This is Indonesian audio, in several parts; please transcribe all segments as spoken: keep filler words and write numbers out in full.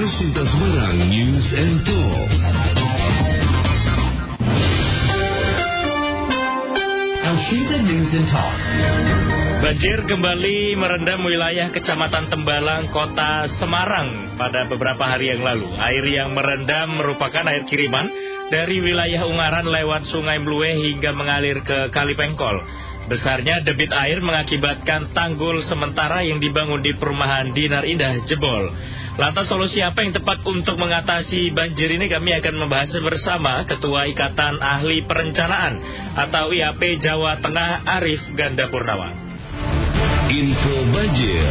Arus Lintas Semarang News and Talk. Ashita News and Talk. Banjir kembali merendam wilayah Kecamatan Tembalang, Kota Semarang pada beberapa hari yang lalu. Air yang merendam merupakan air kiriman dari wilayah Ungaran lewat Sungai Mluwe hingga mengalir ke Kali Pengkol. Besarnya debit air mengakibatkan tanggul sementara yang dibangun di perumahan Dinar Indah jebol. Lantas solusi apa yang tepat untuk mengatasi banjir ini, kami akan membahasnya bersama Ketua Ikatan Ahli Perencanaan atau I A P Jawa Tengah, Arief Ganda Purnawa. Info banjir.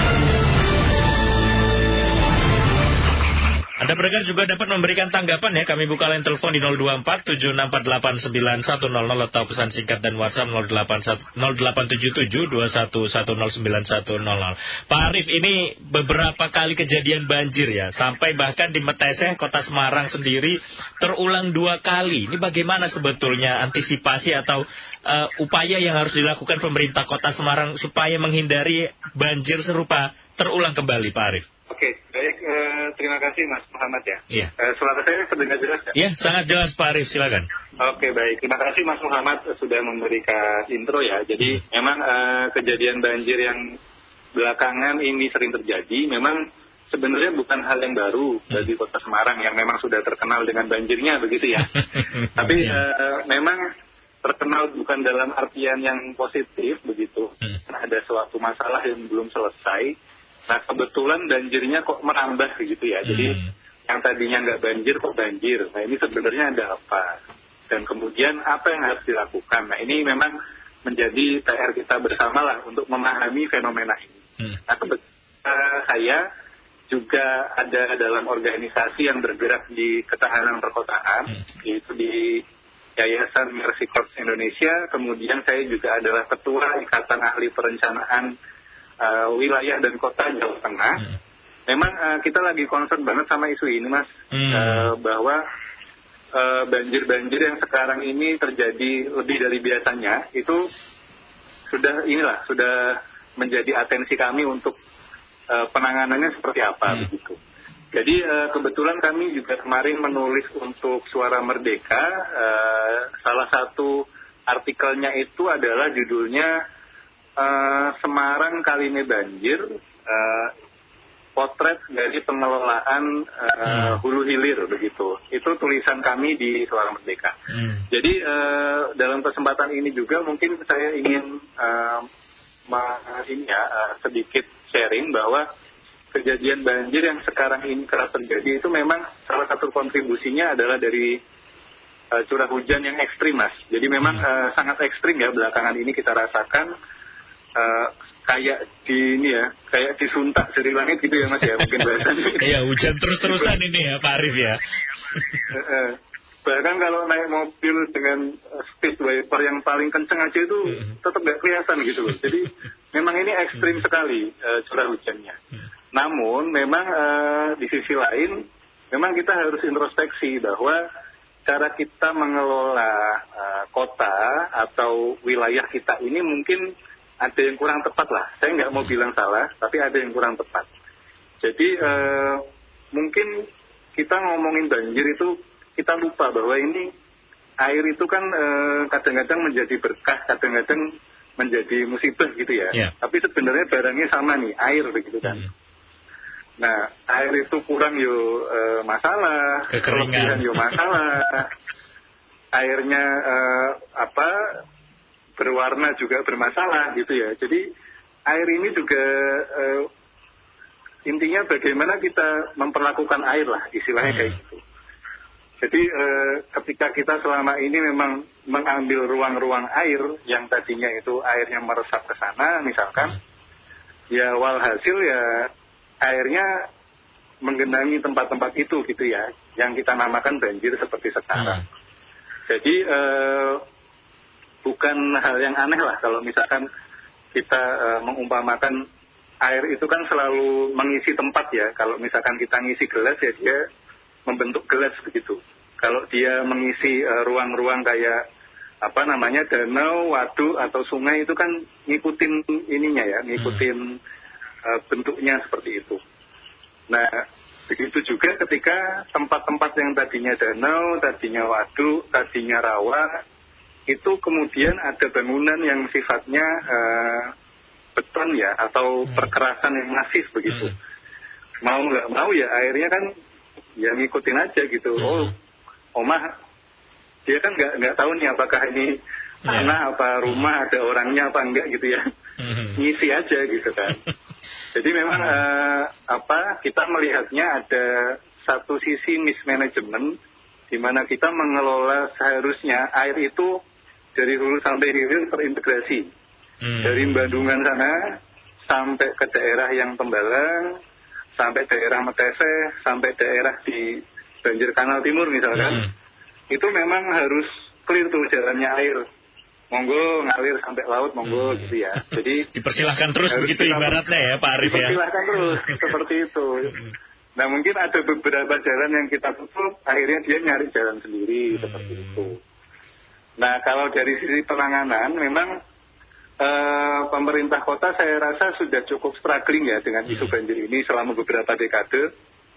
Anda pendengar juga dapat memberikan tanggapan ya. Kami buka line telepon di nol dua empat tujuh enam empat delapan sembilan satu nol nol atau pesan singkat dan WhatsApp nol delapan tujuh tujuh dua satu satu nol sembilan satu nol nol. Pak Arief, ini beberapa kali kejadian banjir ya, sampai bahkan di Meteseh, Kota Semarang sendiri terulang dua kali. Ini bagaimana sebetulnya antisipasi atau uh, upaya yang harus dilakukan pemerintah Kota Semarang supaya menghindari banjir serupa terulang kembali, Pak Arief? Oke, baik. Uh, terima kasih Mas Muhammad ya. Iya. Uh, suara saya terdengar jelas ya? Iya, sangat jelas Pak Arief, silakan. Oke, baik. Terima kasih Mas Muhammad sudah memberikan intro ya. Jadi hmm. memang uh, kejadian banjir yang belakangan ini sering terjadi, memang sebenarnya bukan hal yang baru hmm. bagi Kota Semarang yang memang sudah terkenal dengan banjirnya begitu ya. Tapi uh, memang terkenal bukan dalam artian yang positif begitu. Hmm. Ada suatu masalah yang belum selesai. Nah, kebetulan banjirnya kok merambah gitu ya. Jadi hmm. yang tadinya nggak banjir kok banjir. Nah, ini sebenarnya ada apa? Dan kemudian apa yang harus dilakukan? Nah, ini memang menjadi P R kita bersama lah untuk memahami fenomena ini. Hmm. Nah, kebetulan saya juga ada dalam organisasi yang bergerak di ketahanan perkotaan, hmm. yaitu di Yayasan Mercy Corps Indonesia. Kemudian saya juga adalah Ketua Ikatan Ahli Perencanaan Uh, wilayah dan kota Jawa Tengah. hmm. Memang uh, kita lagi concern banget sama isu ini Mas, hmm. uh, bahwa uh, banjir-banjir yang sekarang ini terjadi lebih dari biasanya itu sudah inilah sudah menjadi atensi kami untuk uh, penanganannya seperti apa hmm. begitu. Jadi uh, kebetulan kami juga kemarin menulis untuk Suara Merdeka, uh, salah satu artikelnya itu adalah judulnya Uh, Semarang kali ini banjir, uh, potret dari pengelolaan uh, hmm. hulu hilir begitu. Itu tulisan kami di Suara Merdeka. Hmm. Jadi uh, dalam kesempatan ini juga mungkin saya ingin uh, ma- ini ya, uh, sedikit sharing bahwa kejadian banjir yang sekarang ini kerap terjadi itu memang salah satu kontribusinya adalah dari uh, curah hujan yang ekstrim Mas. Jadi memang hmm. uh, sangat ekstrim ya belakangan ini kita rasakan. Uh, kayak di ini ya, kayak disuntak dari langit gitu ya Mas ya, mungkin bahasanya. Iya, hujan terus-terusan ini ya Pak Arief ya. uh, bahkan kalau naik mobil dengan speed wiper yang paling kenceng aja itu hmm. tetap gak kelihatan gitu loh. Jadi memang ini ekstrim hmm. sekali uh, curah hujannya. Hmm. Namun memang uh, di sisi lain, memang kita harus introspeksi bahwa cara kita mengelola uh, kota atau wilayah kita ini mungkin ada yang kurang tepat lah. Saya nggak mau bilang salah, tapi ada yang kurang tepat. Jadi eh, mungkin kita ngomongin banjir itu, kita lupa bahwa ini air itu kan eh, kadang-kadang menjadi berkah, kadang-kadang menjadi musibah gitu ya. Yeah. Tapi sebenarnya barangnya sama nih, air begitu kan. Mm. Nah, air itu kurang yo eh, masalah, kelebihan yo masalah. Airnya eh, apa? berwarna juga bermasalah gitu ya. Jadi air ini juga uh, intinya bagaimana kita memperlakukan air lah, istilahnya hmm. kayak gitu. Jadi uh, ketika kita selama ini memang mengambil ruang-ruang air yang tadinya itu airnya meresap ke sana misalkan, hmm. ya walhasil ya airnya menggenangi tempat-tempat itu gitu ya, yang kita namakan banjir seperti sekarang. Hmm. Jadi uh, bukan hal yang aneh lah kalau misalkan kita uh, mengumpamakan air itu kan selalu mengisi tempat ya. Kalau misalkan kita ngisi gelas ya dia membentuk gelas begitu. Kalau dia mengisi uh, ruang-ruang kayak apa namanya danau, waduk atau sungai itu kan ngikutin ininya ya, ngikutin uh, bentuknya seperti itu. Nah Begitu juga ketika tempat-tempat yang tadinya danau, tadinya waduk, tadinya rawa, itu kemudian ada bangunan yang sifatnya uh, beton ya, atau hmm. perkerasan yang masif begitu. Hmm. Mau nggak mau ya airnya kan ya ngikutin aja gitu. Hmm. Oh, omah dia kan nggak nggak tahu nih apakah ini tanah yeah. apa rumah, hmm. ada orangnya apa enggak gitu ya. Hmm. Ngisi aja gitu kan. Jadi memang hmm. uh, apa kita melihatnya ada satu sisi mismanagement di mana kita mengelola seharusnya air itu dari hulu sampai hilir terintegrasi. Hmm. Dari Bandungan sana sampai ke daerah yang Tembalang, sampai daerah Metese, sampai daerah di Banjir Kanal Timur misalkan. Hmm. Itu memang harus clear tuh jalannya air. Monggo ngalir sampai laut, monggo hmm. gitu ya. Jadi dipersilahkan terus begitu ibaratnya ya Pak Arif ya. Dipersilahkan terus seperti itu. Nah mungkin ada beberapa jalan yang kita tutup, akhirnya dia nyari jalan sendiri hmm. seperti itu. Nah kalau dari sisi penanganan, memang uh, pemerintah kota saya rasa sudah cukup struggling ya dengan isu banjir ini selama beberapa dekade.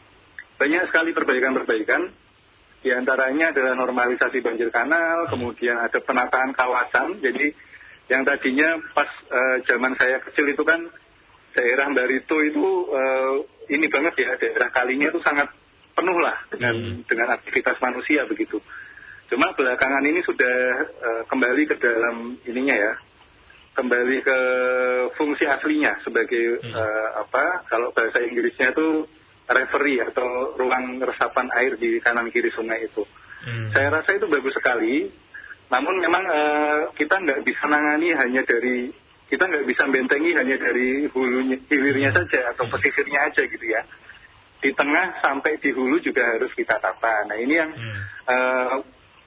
Banyak sekali perbaikan-perbaikan. Di antaranya adalah normalisasi banjir kanal, kemudian ada penataan kawasan. Jadi yang tadinya pas uh, zaman saya kecil itu kan daerah Barito itu uh, ini banget ya, daerah kalinya itu sangat penuh lah dengan hmm. dengan aktivitas manusia begitu. Cuma belakangan ini sudah uh, kembali ke dalam ininya ya, kembali ke fungsi aslinya sebagai hmm. uh, apa? Kalau bahasa Inggrisnya itu referee atau ruang resapan air di kanan kiri sungai itu. Hmm. Saya rasa itu bagus sekali. Namun memang uh, kita nggak bisa nangani hanya dari, kita nggak bisa bentengi hanya dari hulunya, hilirnya saja atau pesisirnya aja gitu ya. Di tengah sampai di hulu juga harus kita tata. Nah ini yang hmm. uh,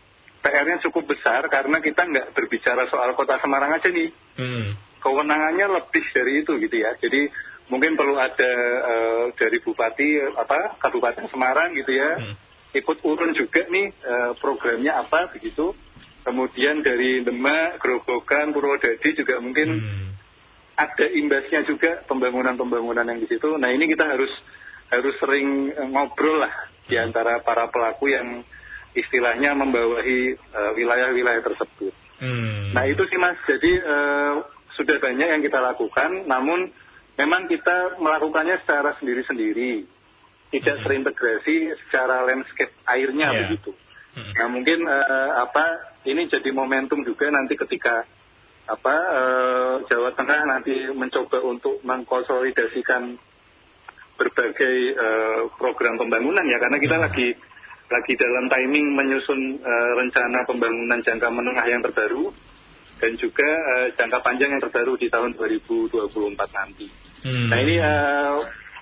P R-nya cukup besar karena kita nggak berbicara soal Kota Semarang aja nih. Hmm. Kewenangannya lebih dari itu gitu ya. Jadi mungkin perlu ada uh, dari Bupati apa Kabupaten Semarang gitu ya, hmm. ikut urun juga nih uh, programnya apa begitu. Kemudian dari Demak, Grobogan, Purwodadi juga mungkin hmm. ada imbasnya juga pembangunan-pembangunan yang di situ. Nah ini kita harus harus sering uh, ngobrol lah hmm. di antara para pelaku yang istilahnya membawahi uh, wilayah-wilayah tersebut. Hmm. Nah itu sih Mas. Jadi uh, sudah banyak yang kita lakukan, namun memang kita melakukannya secara sendiri-sendiri, tidak mm-hmm. terintegrasi secara landscape airnya yeah. begitu. Mm-hmm. Nah mungkin uh, apa ini jadi momentum juga nanti ketika apa uh, Jawa Tengah nanti mencoba untuk mengkonsolidasikan berbagai uh, program pembangunan ya, karena kita mm-hmm. lagi lagi dalam timing menyusun uh, rencana pembangunan jangka menengah yang terbaru dan juga uh, jangka panjang yang terbaru di tahun dua ribu dua puluh empat nanti. Hmm. Nah ini uh,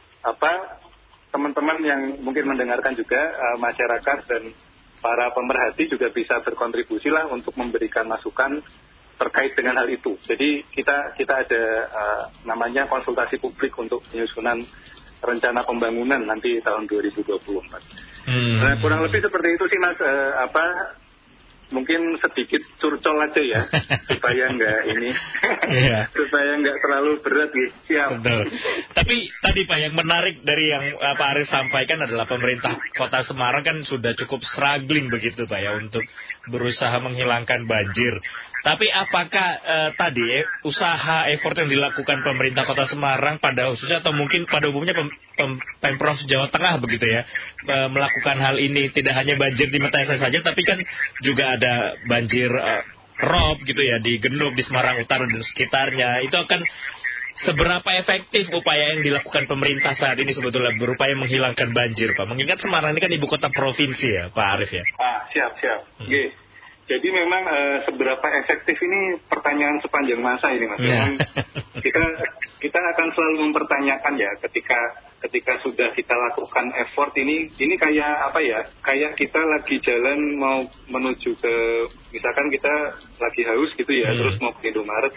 apa teman-teman yang mungkin mendengarkan juga uh, masyarakat dan para pemerhati juga bisa berkontribusi lah untuk memberikan masukan terkait dengan hal itu. Jadi kita kita ada uh, namanya konsultasi publik untuk penyusunan rencana pembangunan nanti tahun dua ribu dua puluh empat. Hmm. Nah, kurang lebih seperti itu sih Mas. Uh, apa mungkin sedikit curcol aja ya supaya nggak ini yeah. supaya nggak terlalu berat gitu. Siap. Betul. Tapi tadi Pak yang menarik dari yang uh, Pak Arif sampaikan adalah pemerintah Kota Semarang kan sudah cukup struggling begitu Pak ya untuk berusaha menghilangkan banjir. Tapi apakah uh, tadi eh, usaha effort yang dilakukan pemerintah Kota Semarang pada khususnya atau mungkin pada umumnya pem, pem, Pemprov Jawa Tengah begitu ya uh, melakukan hal ini, tidak hanya banjir di Metese saja tapi kan juga ada banjir uh, rob gitu ya di Genuk, di Semarang Utara dan sekitarnya. Itu akan seberapa efektif upaya yang dilakukan pemerintah saat ini sebetulnya berupaya menghilangkan banjir Pak? Mengingat Semarang ini kan ibu kota provinsi ya Pak Arif ya. Ah siap siap. Hmm. Oke. Jadi memang uh, seberapa efektif ini pertanyaan sepanjang masa ini Mas. Yeah. Memang kita kita akan selalu mempertanyakan ya ketika ketika sudah kita lakukan effort ini ini kayak apa ya? Kayak kita lagi jalan mau menuju ke misalkan kita lagi haus gitu ya, hmm. terus mau ke Indomaret,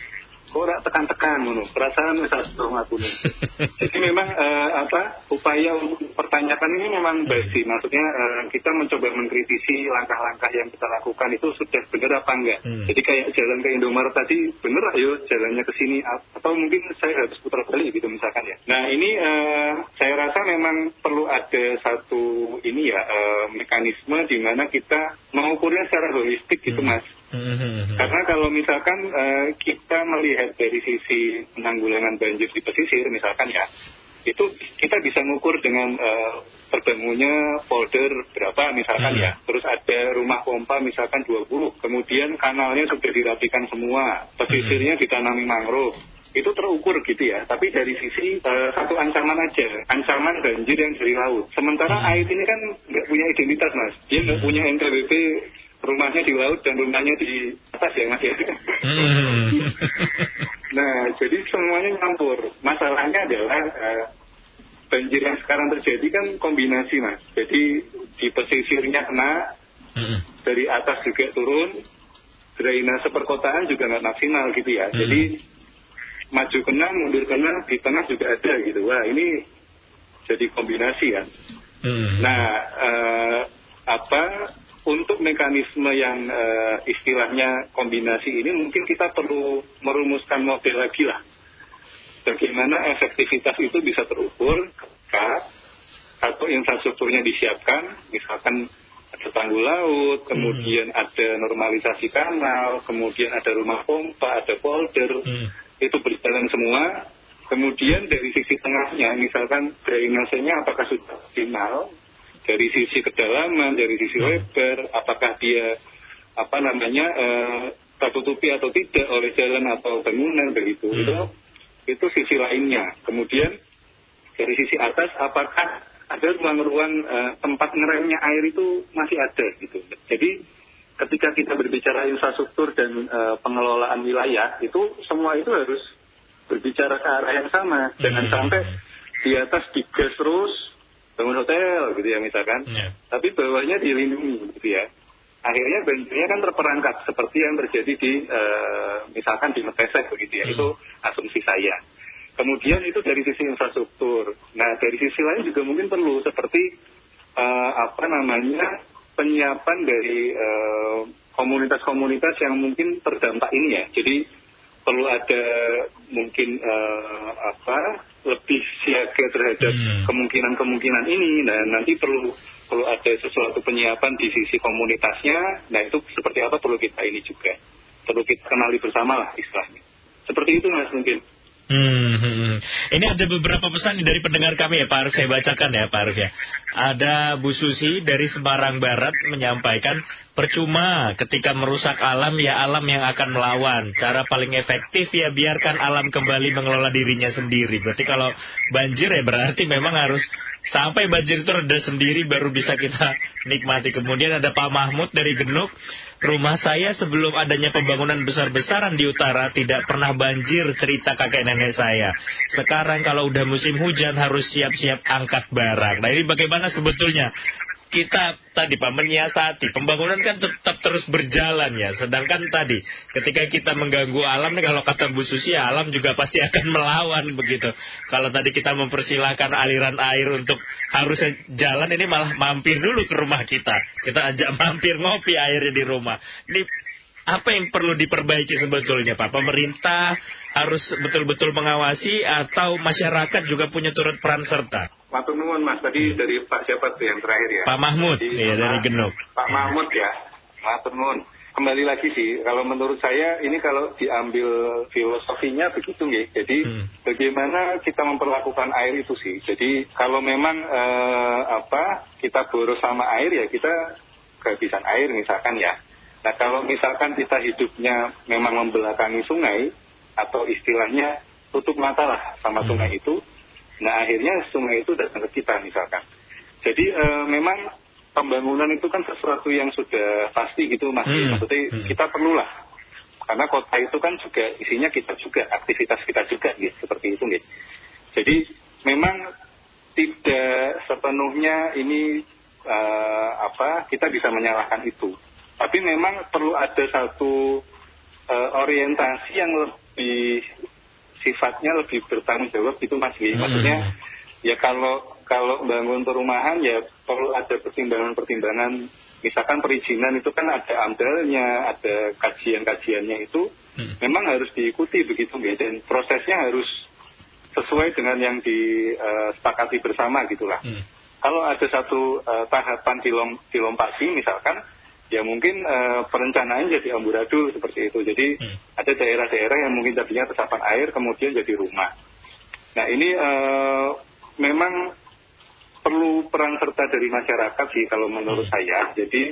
kok ora tekan-tekan ngono, perasaan wis astung aku. Jadi memang uh, apa upaya untuk pertanyakan ini memang basi, maksudnya uh, kita mencoba mengkritisi langkah-langkah yang kita lakukan itu sudah benar apa enggak. Hmm. Jadi kayak jalan ke Indomaret tadi bener ayo jalannya ke sini atau mungkin saya harus putar balik gitu misalkan ya. Nah ini uh, saya rasa memang perlu ada satu ini ya uh, mekanisme di mana kita mengukurnya secara holistik gitu mas. Mm-hmm. Karena kalau misalkan uh, kita melihat dari sisi penanggulangan banjir di pesisir misalkan ya, itu kita bisa mengukur dengan uh, terbangunnya polder berapa misalkan mm-hmm. ya, terus ada rumah pompa misalkan dua puluh, kemudian kanalnya sudah dirapikan semua, pesisirnya mm-hmm. ditanami mangrove, itu terukur gitu ya. Tapi dari sisi uh, satu ancaman aja, ancaman banjir yang dari laut. Sementara mm-hmm. air ini kan nggak punya identitas mas, dia nggak mm-hmm. punya N K B P rumahnya di laut dan rumahnya di atas ya mas ya. Hmm. Nah jadi semuanya nyampur. Masalahnya adalah uh, banjir yang sekarang terjadi kan kombinasi mas. Jadi di pesisirnya kena, hmm. dari atas juga turun, drainase perkotaan juga nggak maksimal gitu ya. Hmm. Jadi maju kena, mundur kena, di tengah juga ada gitu. Wah ini jadi kombinasi ya. Hmm. Nah uh, apa untuk mekanisme yang uh, istilahnya kombinasi ini mungkin kita perlu merumuskan model lagi lah. Bagaimana efektivitas itu bisa terukur ketika atau infrastrukturnya disiapkan, misalkan ada tanggul laut, kemudian hmm. ada normalisasi kanal, kemudian ada rumah pompa, ada polder, hmm. itu berjalan semua. Kemudian dari sisi tengahnya, misalkan drainasenya apakah sudah optimal, dari sisi kedalaman, dari sisi lebar, apakah dia apa namanya uh, tertutupi atau tidak oleh jalan atau bangunan begitu. Hmm. Itu itu sisi lainnya. Kemudian dari sisi atas, apakah ada ruang-ruang uh, tempat ngeremnya air itu masih ada gitu. Jadi ketika kita berbicara infrastruktur dan uh, pengelolaan wilayah, itu semua itu harus berbicara ke arah yang sama. Jangan hmm. sampai di atas digas terus, bangun hotel gitu ya misalkan, yeah. tapi bawahnya dilindungi gitu ya. Akhirnya banjirnya kan terperangkap seperti yang terjadi di uh, misalkan di Metesek begitu ya, mm. itu asumsi saya. Kemudian itu dari sisi infrastruktur. Nah dari sisi lain juga mungkin perlu seperti uh, apa namanya penyiapan dari uh, komunitas-komunitas yang mungkin terdampak ini ya. Jadi perlu ada mungkin uh, apa lebih siaga terhadap hmm. kemungkinan-kemungkinan ini. Nah nanti perlu perlu ada sesuatu penyiapan di sisi komunitasnya. Nah itu seperti apa perlu kita ini juga perlu kita kenali bersama lah istilahnya. Seperti itu mas mungkin. Hmm, hmm. Ini ada beberapa pesan dari pendengar kami ya Pak Arif, saya bacakan ya Pak Arif ya. Ada Bu Susi dari Semarang Barat menyampaikan, percuma ketika merusak alam ya alam yang akan melawan. Cara paling efektif ya biarkan alam kembali mengelola dirinya sendiri. Berarti kalau banjir ya berarti memang harus sampai banjir itu reda sendiri baru bisa kita nikmati. Kemudian ada Pak Mahmud dari Genuk. Rumah saya sebelum adanya pembangunan besar-besaran di utara tidak pernah banjir, cerita kakek nenek saya. Sekarang kalau udah musim hujan harus siap-siap angkat barang. Nah ini bagaimana sebetulnya kita tadi Pak menyiasati pembangunan kan tetap terus berjalan ya. Sedangkan tadi ketika kita mengganggu alam nih, kalau kata Bu Susi ya, alam juga pasti akan melawan begitu. Kalau tadi kita mempersilahkan aliran air untuk harusnya jalan, ini malah mampir dulu ke rumah kita. Kita ajak mampir ngopi airnya di rumah. Ini apa yang perlu diperbaiki sebetulnya Pak? Pemerintah harus betul-betul mengawasi atau masyarakat juga punya turut peran serta? Matur nuwun Mas, tadi dari Pak siapa tuh yang terakhir ya? Pak Mahmud, iya dari Genuk. Pak Mahmud ya, matur nuwun. Kembali lagi sih, kalau menurut saya ini kalau diambil filosofinya begitu nggih. Jadi hmm. bagaimana kita memperlakukan air itu sih. Jadi kalau memang eh, apa kita boros sama air ya kita kehabisan air misalkan ya. Nah kalau misalkan kita hidupnya memang membelakangi sungai atau istilahnya tutup mata lah sama hmm. sungai itu. Nah akhirnya sungai itu datang ke kita misalkan. Jadi e, memang pembangunan itu kan sesuatu yang sudah pasti gitu Mas. Hmm. Maksudnya hmm. kita perlulah. Karena kota itu kan juga isinya kita juga, aktivitas kita juga gitu, seperti itu gitu. Jadi memang tidak sepenuhnya ini e, apa kita bisa menyalahkan itu. Tapi memang perlu ada satu e, orientasi yang lebih sifatnya lebih bertanggung jawab gitu Mas Gi. Maksudnya ya kalau kalau bangun perumahan ya perlu ada pertimbangan-pertimbangan. Misalkan perizinan itu kan ada amdalnya, ada kajian-kajiannya itu hmm. memang harus diikuti begitu ya, dan prosesnya harus sesuai dengan yang disepakati uh, bersama gitulah. Hmm. Kalau ada satu uh, tahapan dilom, dilompati misalkan, ya mungkin uh, perencanaan jadi amburadul seperti itu. Jadi hmm. ada daerah-daerah yang mungkin tadinya resapan air kemudian jadi rumah. Nah ini uh, memang perlu peran serta dari masyarakat sih kalau menurut hmm. saya. Jadi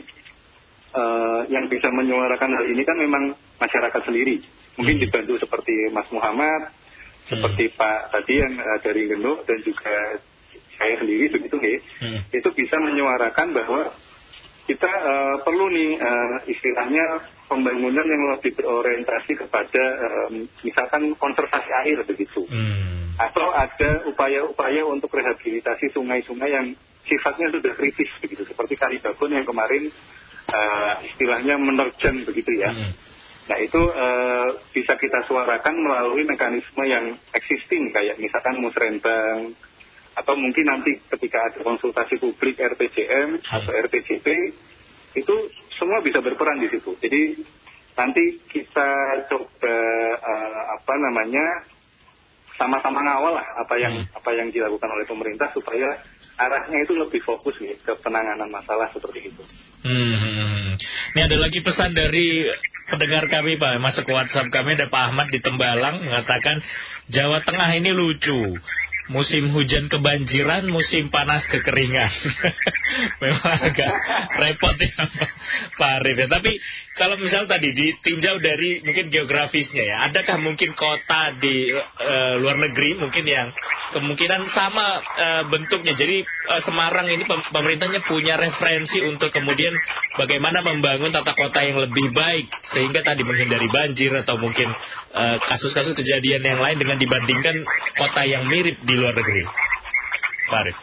uh, yang bisa menyuarakan hal ini kan memang masyarakat sendiri. Mungkin hmm. dibantu seperti Mas Muhammad, hmm. seperti Pak tadi yang uh, dari Genuk dan juga saya sendiri begitu nih. Hmm. Itu bisa menyuarakan bahwa kita uh, perlu nih uh, istilahnya pembangunan yang lebih berorientasi kepada uh, misalkan konservasi air begitu. Hmm. Atau ada upaya-upaya untuk rehabilitasi sungai-sungai yang sifatnya sudah kritis begitu, seperti Kalibabon yang kemarin uh, istilahnya menerjang begitu ya. Hmm. Nah itu uh, bisa kita suarakan melalui mekanisme yang existing kayak misalkan musrembang, atau mungkin nanti ketika ada konsultasi publik R P J M hmm. atau R P J P, itu semua bisa berperan di situ. Jadi nanti kita coba uh, apa namanya sama-sama ngawal lah apa yang hmm. apa yang dilakukan oleh pemerintah supaya arahnya itu lebih fokus nih ke penanganan masalah seperti itu. Hmm. Ini ada lagi pesan dari pendengar kami Pak, masuk ke WhatsApp kami, ada Pak Ahmad di Tembalang mengatakan Jawa Tengah ini lucu. Musim hujan kebanjiran, musim panas kekeringan. Memang agak repot ya Pak Arif ya. Tapi kalau misal tadi ditinjau dari mungkin geografisnya ya, adakah mungkin kota di uh, luar negeri mungkin yang kemungkinan sama uh, bentuknya. Jadi uh, Semarang ini pem- pemerintahnya punya referensi untuk kemudian bagaimana membangun tata kota yang lebih baik sehingga tadi menghindari banjir atau mungkin uh, kasus-kasus kejadian yang lain dengan dibandingkan kota yang mirip di luar negeri. Pak Arif.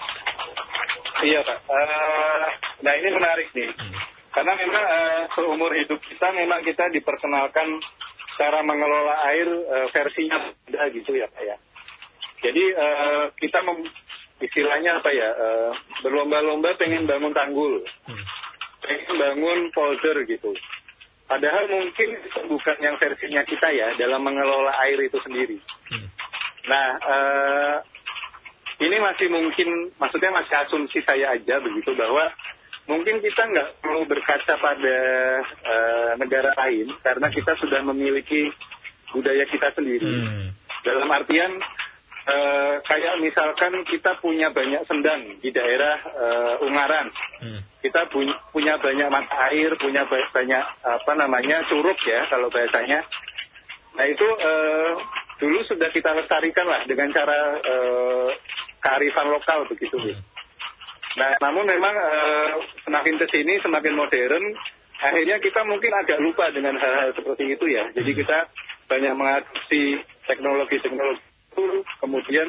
Iya Pak. Uh, nah ini menarik nih. Hmm. Karena memang uh, seumur hidup kita memang kita diperkenalkan cara mengelola air uh, versinya beda gitu ya Pak ya. Jadi uh, kita mem- istilahnya apa ya, uh, berlomba-lomba pengen bangun tanggul, hmm. pengen bangun polder gitu. Padahal mungkin itu bukan yang versinya kita ya dalam mengelola air itu sendiri. Hmm. Nah, uh, ini masih mungkin, maksudnya masih asumsi saya aja begitu bahwa mungkin kita nggak perlu berkaca pada uh, negara lain karena kita sudah memiliki budaya kita sendiri. Hmm. Dalam artian uh, kayak misalkan kita punya banyak sendang di daerah uh, Ungaran, hmm. kita pu- punya banyak mata air, punya ba- banyak apa namanya curug ya kalau bahasanya. Nah itu uh, dulu sudah kita lestarikan lah dengan cara uh, kearifan lokal begitu. Hmm. Nah, namun memang uh, semakin kesini semakin modern, akhirnya kita mungkin agak lupa dengan hal-hal seperti itu ya. Jadi kita banyak mengadopsi teknologi-teknologi itu, kemudian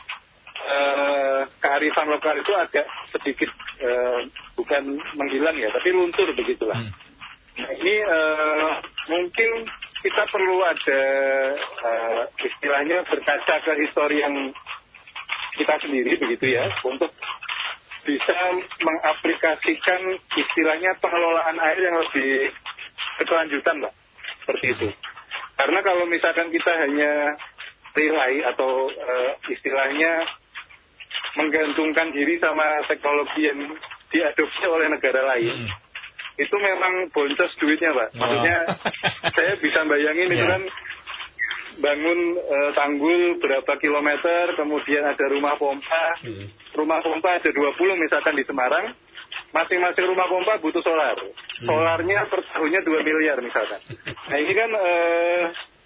uh, kearifan lokal itu agak sedikit uh, bukan menghilang ya, tapi luntur begitulah. Hmm. Nah, ini uh, mungkin kita perlu ada uh, istilahnya berkaca ke histori yang kita sendiri begitu ya, untuk bisa mengaplikasikan istilahnya pengelolaan air yang lebih berkelanjutan lah, seperti itu. Karena kalau misalkan kita hanya rely atau uh, istilahnya menggantungkan diri sama teknologi yang diadopsi oleh negara lain, hmm. itu memang boncos duitnya Pak. Maksudnya oh. saya bisa bayangin yeah. itu kan bangun uh, tanggul berapa kilometer, kemudian ada rumah pompa, hmm. rumah pompa ada dua puluh misalkan di Semarang, masing-masing rumah pompa butuh solar, hmm. solarnya per tahunnya dua miliar misalkan. Nah ini kan uh,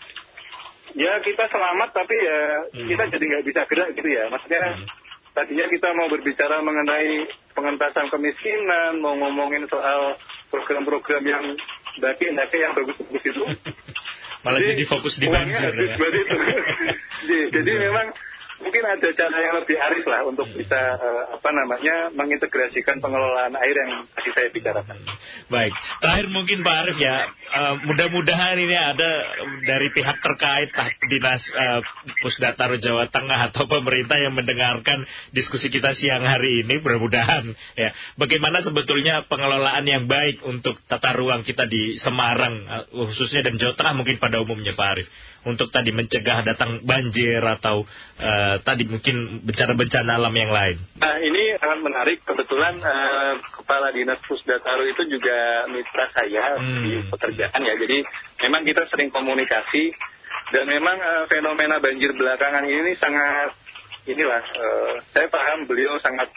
ya kita selamat tapi ya hmm. kita jadi nggak bisa gerak gitu ya, maksudnya hmm. tadinya kita mau berbicara mengenai pengentasan kemiskinan, mau ngomongin soal program-program yang daki-daki yang bagus-bagus itu, malah jadi, jadi fokus di banjir ya. jadi, jadi memang mungkin ada cara yang lebih arif lah untuk bisa uh, apa namanya mengintegrasikan pengelolaan air yang tadi saya bicarakan. Baik, terakhir mungkin Pak Arief ya, uh, mudah-mudahan ini ada dari pihak terkait, dinas uh, Pusdata Jawa Tengah atau pemerintah yang mendengarkan diskusi kita siang hari ini, mudah-mudahan ya. Bagaimana sebetulnya pengelolaan yang baik untuk tata ruang kita di Semarang uh, khususnya dan Jawa Tengah mungkin pada umumnya Pak Arief, untuk tadi mencegah datang banjir atau uh, tadi mungkin bencana-bencana alam yang lain. Nah ini sangat menarik, kebetulan uh, Kepala Dinas Pusdataru itu juga mitra saya hmm. di pekerjaan ya, jadi memang kita sering komunikasi dan memang uh, fenomena banjir belakangan ini sangat inilah, uh, saya paham beliau sangat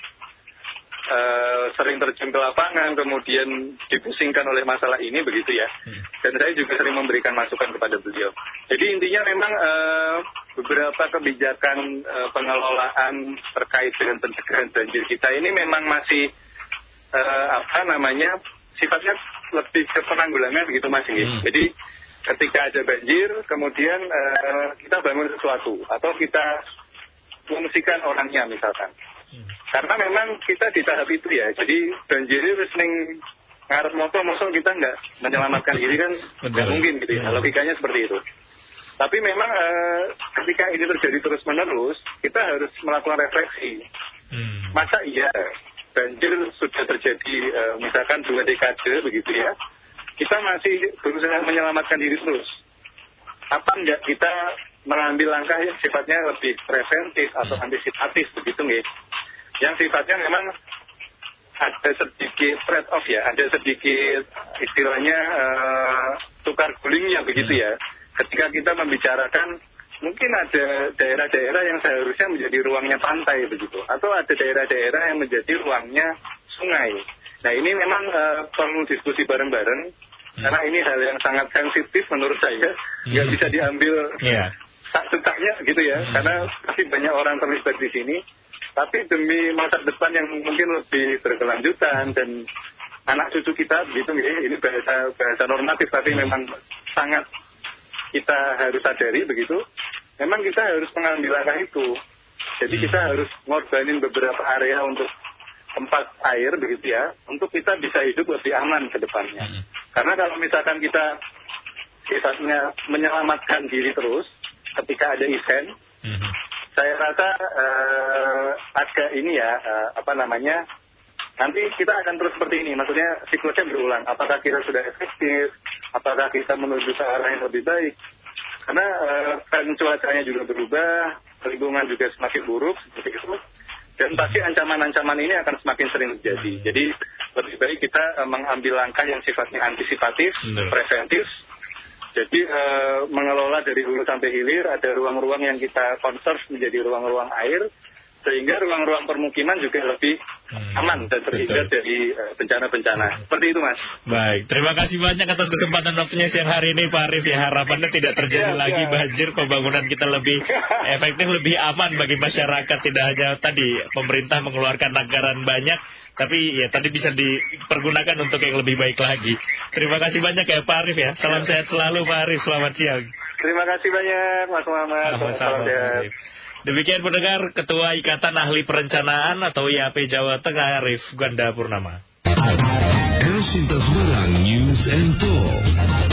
Uh, sering terjun ke lapangan, kemudian dipusingkan oleh masalah ini begitu ya. Hmm. Dan saya juga sering memberikan masukan kepada beliau. Jadi intinya memang uh, beberapa kebijakan uh, pengelolaan terkait dengan pencegahan banjir kita ini memang masih uh, apa namanya sifatnya lebih ke penanggulangan gitu Mas. Hmm. Jadi ketika ada banjir, kemudian uh, kita bangun sesuatu atau kita fungsikan orangnya misalkan. Karena memang kita di tahap itu ya, jadi banjir itu sering ngarep moto-moto kita nggak menyelamatkan diri kan nggak mungkin gitu ya, logikanya seperti itu. Tapi memang eh, ketika ini terjadi terus-menerus, kita harus melakukan refleksi. Hmm. Masa iya banjir sudah terjadi eh, misalkan dua dekade begitu ya, kita masih berusaha menyelamatkan diri terus. Apa enggak kita mengambil langkah yang sifatnya lebih preventif atau antisipatif begitu nggih? Yang sifatnya memang ada sedikit trade off ya, ada sedikit istilahnya uh, tukar gulingnya begitu ya. Ketika kita membicarakan mungkin ada daerah-daerah yang seharusnya menjadi ruangnya pantai begitu, atau ada daerah-daerah yang menjadi ruangnya sungai. Nah ini memang uh, perlu diskusi bareng-bareng, hmm. karena ini hal yang sangat sensitif menurut saya, nggak hmm. bisa diambil yeah. tak-taknya gitu ya, hmm. karena pasti banyak orang terlibat di sini. Tapi demi masa depan yang mungkin lebih berkelanjutan dan anak cucu kita begitu, ini bahasa bahasa normatif tapi memang sangat kita harus sadari begitu. Memang kita harus mengambil langkah itu. Jadi kita harus ngorbanin beberapa area untuk tempat air begitu ya, untuk kita bisa hidup lebih aman ke depannya. Karena kalau misalkan kita sifatnya menyelamatkan diri terus ketika ada event, saya rasa uh, agak ini ya, uh, apa namanya, nanti kita akan terus seperti ini, maksudnya siklusnya berulang. Apakah kita sudah efektif, apakah kita menuju ke arah yang lebih baik. Karena uh, kan cuacanya juga berubah, lingkungan juga semakin buruk, seperti itu. Dan pasti ancaman-ancaman ini akan semakin sering terjadi. Jadi lebih baik kita uh, mengambil langkah yang sifatnya antisipatif, Benar. preventif. Jadi uh, mengelola dari hulu sampai hilir, ada ruang-ruang yang kita conserve menjadi ruang-ruang air, sehingga ruang-ruang permukiman juga lebih hmm, aman dan terhindar dari uh, bencana-bencana. Hmm. Seperti itu Mas. Baik, terima kasih banyak atas kesempatan waktunya siang hari ini Pak Arief ya. Harapannya tidak terjadi ya, lagi ya. banjir, pembangunan kita lebih efektif, lebih aman bagi masyarakat. Tidak hanya tadi pemerintah mengeluarkan anggaran banyak, tapi ya tadi bisa dipergunakan untuk yang lebih baik lagi. Terima kasih banyak ya Pak Arief ya. Salam ya. sehat selalu Pak Arief, selamat siang. Terima kasih banyak Mas Muhammad. Sama-sama Pak Arief. Demikian pendengar, Ketua Ikatan Ahli Perencanaan atau I A P Jawa Tengah Arief Ganda Purnama. Kasinta Semarang News and Talk.